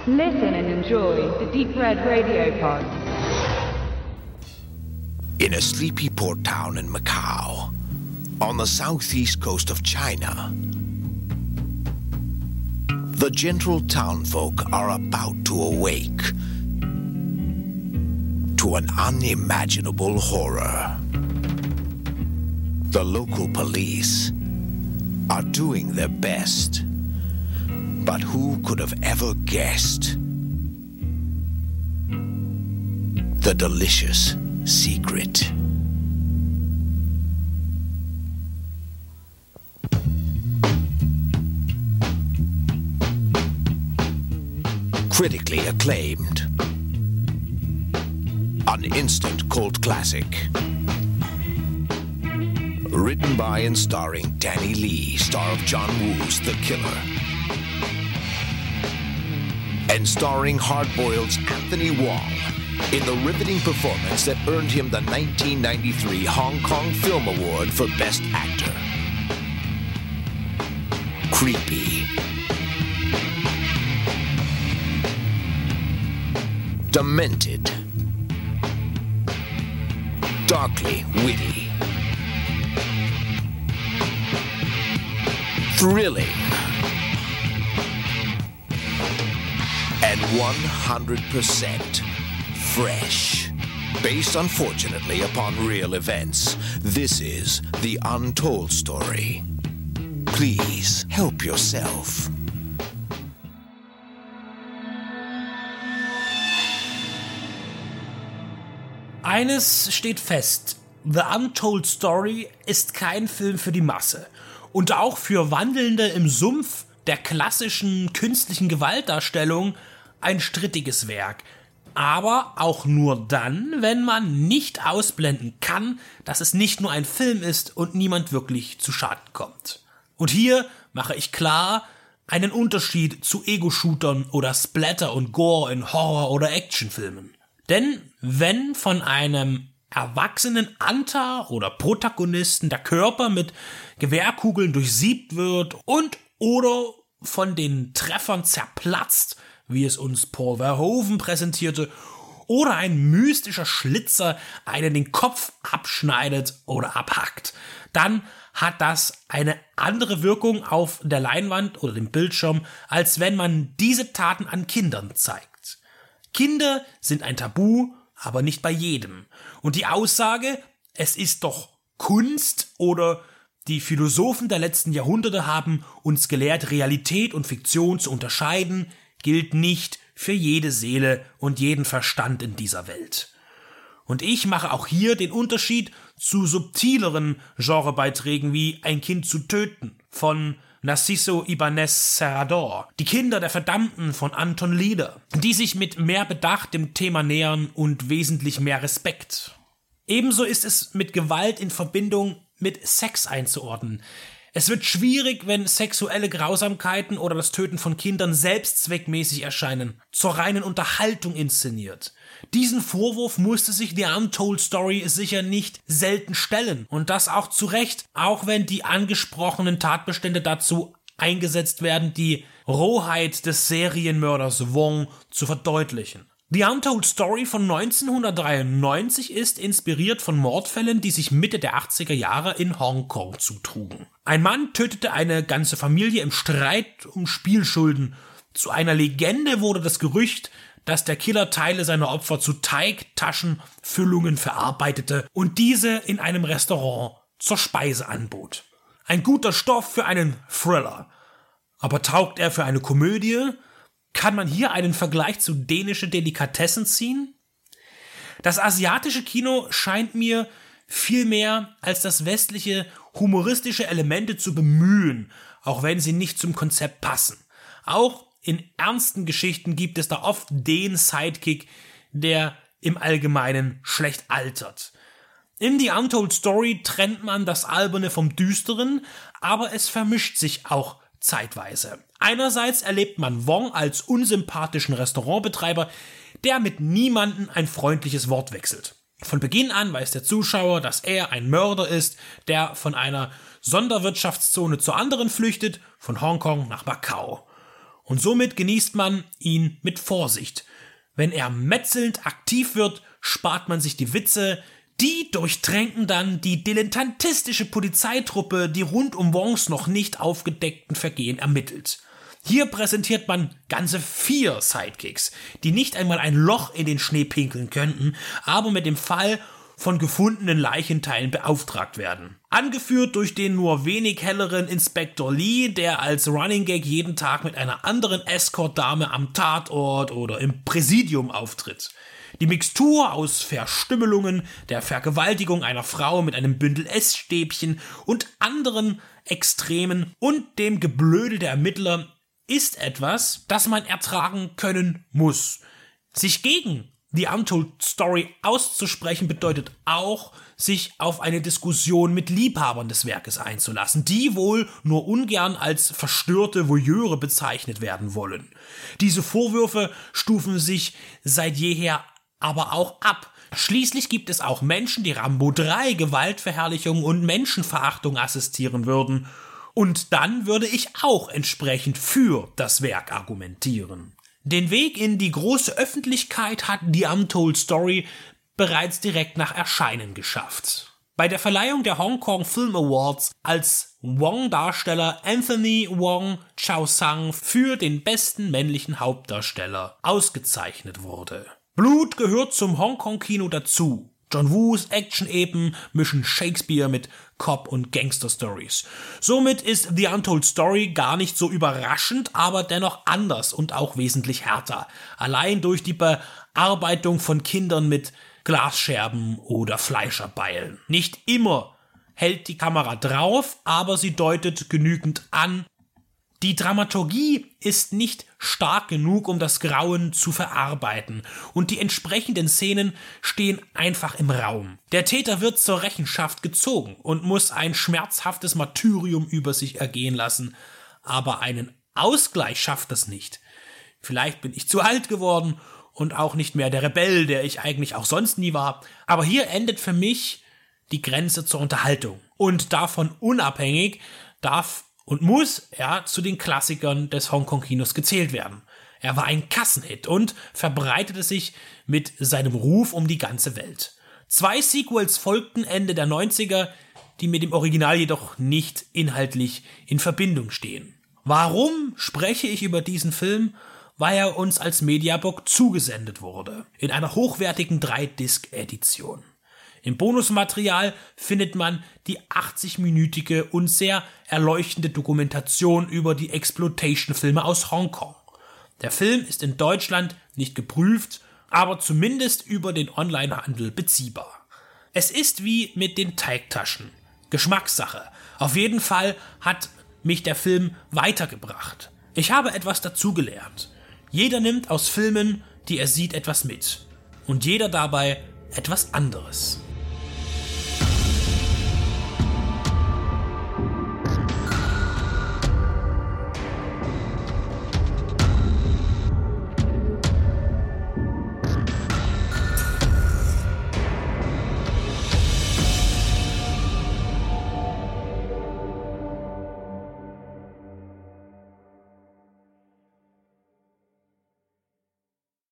Listen and enjoy the Deep Red Radio Pod. In a sleepy port town in Macau, on the southeast coast of China, the gentle townfolk are about to awake to an unimaginable horror. The local police are doing their best, but who could have ever guessed the delicious secret? Critically acclaimed, an instant cult classic. Written by and starring Danny Lee, star of John Woo's The Killer. And starring Hardboiled's Anthony Wong in the riveting performance that earned him the 1993 Hong Kong Film Award for Best Actor. Creepy. Demented. Darkly witty. Thrilling. And 100% fresh. Based unfortunately upon real events, this is The Untold Story. Please help yourself. Eines steht fest: The Untold Story ist kein Film für die Masse und auch für Wandelnde im Sumpf der klassischen künstlichen Gewaltdarstellung ein strittiges Werk. Aber auch nur dann, wenn man nicht ausblenden kann, dass es nicht nur ein Film ist und niemand wirklich zu Schaden kommt. Und hier mache ich klar einen Unterschied zu Ego-Shootern oder Splatter und Gore in Horror- oder Actionfilmen. Denn wenn von einem erwachsenen Anta oder Protagonisten der Körper mit Gewehrkugeln durchsiebt wird und oder von den Treffern zerplatzt, wie es uns Paul Verhoeven präsentierte, oder ein mystischer Schlitzer einen den Kopf abschneidet oder abhackt, dann hat das eine andere Wirkung auf der Leinwand oder dem Bildschirm, als wenn man diese Taten an Kindern zeigt. Kinder sind ein Tabu, aber nicht bei jedem. Und die Aussage, es ist doch Kunst oder die Philosophen der letzten Jahrhunderte haben uns gelehrt, Realität und Fiktion zu unterscheiden, gilt nicht für jede Seele und jeden Verstand in dieser Welt. Und ich mache auch hier den Unterschied zu subtileren Genrebeiträgen wie Ein Kind zu töten von Narciso Ibáñez Serrador, Die Kinder der Verdammten von Anton Lieder, die sich mit mehr Bedacht dem Thema nähern und wesentlich mehr Respekt. Ebenso ist es mit Gewalt in Verbindung mit Sex einzuordnen. Es wird schwierig, wenn sexuelle Grausamkeiten oder das Töten von Kindern selbstzweckmäßig erscheinen, zur reinen Unterhaltung inszeniert. Diesen Vorwurf musste sich The Untold Story sicher nicht selten stellen und das auch zu Recht, auch wenn die angesprochenen Tatbestände dazu eingesetzt werden, die Rohheit des Serienmörders Wong zu verdeutlichen. The Untold Story von 1993 ist inspiriert von Mordfällen, die sich Mitte der 80er Jahre in Hongkong zutrugen. Ein Mann tötete eine ganze Familie im Streit um Spielschulden. Zu einer Legende wurde das Gerücht, dass der Killer Teile seiner Opfer zu Teigtaschenfüllungen verarbeitete und diese in einem Restaurant zur Speise anbot. Ein guter Stoff für einen Thriller. Aber taugt er für eine Komödie? Kann man hier einen Vergleich zu dänische Delikatessen ziehen? Das asiatische Kino scheint mir viel mehr als das westliche humoristische Elemente zu bemühen, auch wenn sie nicht zum Konzept passen. Auch in ernsten Geschichten gibt es da oft den Sidekick, der im Allgemeinen schlecht altert. In The Untold Story trennt man das Alberne vom Düsteren, aber es vermischt sich auch zeitweise. Einerseits erlebt man Wong als unsympathischen Restaurantbetreiber, der mit niemandem ein freundliches Wort wechselt. Von Beginn an weiß der Zuschauer, dass er ein Mörder ist, der von einer Sonderwirtschaftszone zur anderen flüchtet, von Hongkong nach Macau. Und somit genießt man ihn mit Vorsicht. Wenn er metzelnd aktiv wird, spart man sich die Witze. Die durchtränken dann die dilettantistische Polizeitruppe, die rund um Wongs noch nicht aufgedeckten Vergehen ermittelt. Hier präsentiert man ganze 4 Sidekicks, die nicht einmal ein Loch in den Schnee pinkeln könnten, aber mit dem Fall von gefundenen Leichenteilen beauftragt werden. Angeführt durch den nur wenig helleren Inspektor Lee, der als Running Gag jeden Tag mit einer anderen Escort-Dame am Tatort oder im Präsidium auftritt. Die Mixtur aus Verstümmelungen, der Vergewaltigung einer Frau mit einem Bündel Essstäbchen und anderen Extremen und dem Geblödel der Ermittler ist etwas, das man ertragen können muss. Sich gegen The Untold Story auszusprechen bedeutet auch, sich auf eine Diskussion mit Liebhabern des Werkes einzulassen, die wohl nur ungern als verstörte Voyeure bezeichnet werden wollen. Diese Vorwürfe stufen sich seit jeher aber auch ab. Schließlich gibt es auch Menschen, die Rambo 3 Gewaltverherrlichung und Menschenverachtung assistieren würden. Und dann würde ich auch entsprechend für das Werk argumentieren. Den Weg in die große Öffentlichkeit hat The Untold Story bereits direkt nach Erscheinen geschafft. Bei der Verleihung der Hong Kong Film Awards als Wong-Darsteller Anthony Wong Chau-Sang für den besten männlichen Hauptdarsteller ausgezeichnet wurde. Blut gehört zum Hongkong-Kino dazu. John Woos Action-Epen mischen Shakespeare mit Cop- und Gangster-Stories. Somit ist The Untold Story gar nicht so überraschend, aber dennoch anders und auch wesentlich härter. Allein durch die Bearbeitung von Kindern mit Glasscherben oder Fleischerbeilen. Nicht immer hält die Kamera drauf, aber sie deutet genügend an. Die Dramaturgie ist nicht stark genug, um das Grauen zu verarbeiten, und die entsprechenden Szenen stehen einfach im Raum. Der Täter wird zur Rechenschaft gezogen und muss ein schmerzhaftes Martyrium über sich ergehen lassen, aber einen Ausgleich schafft das nicht. Vielleicht bin ich zu alt geworden und auch nicht mehr der Rebell, der ich eigentlich auch sonst nie war, aber hier endet für mich die Grenze zur Unterhaltung. Und davon unabhängig darf und muss er zu den Klassikern des Hongkong-Kinos gezählt werden. Er war ein Kassenhit und verbreitete sich mit seinem Ruf um die ganze Welt. 2 Sequels folgten Ende der 90er, die mit dem Original jedoch nicht inhaltlich in Verbindung stehen. Warum spreche ich über diesen Film? Weil er uns als Mediabook zugesendet wurde, in einer hochwertigen 3-Disc-Edition. Im Bonusmaterial findet man die 80-minütige und sehr erleuchtende Dokumentation über die Exploitation-Filme aus Hongkong. Der Film ist in Deutschland nicht geprüft, aber zumindest über den Onlinehandel beziehbar. Es ist wie mit den Teigtaschen. Geschmackssache. Auf jeden Fall hat mich der Film weitergebracht. Ich habe etwas dazugelernt. Jeder nimmt aus Filmen, die er sieht, etwas mit. Und jeder dabei etwas anderes.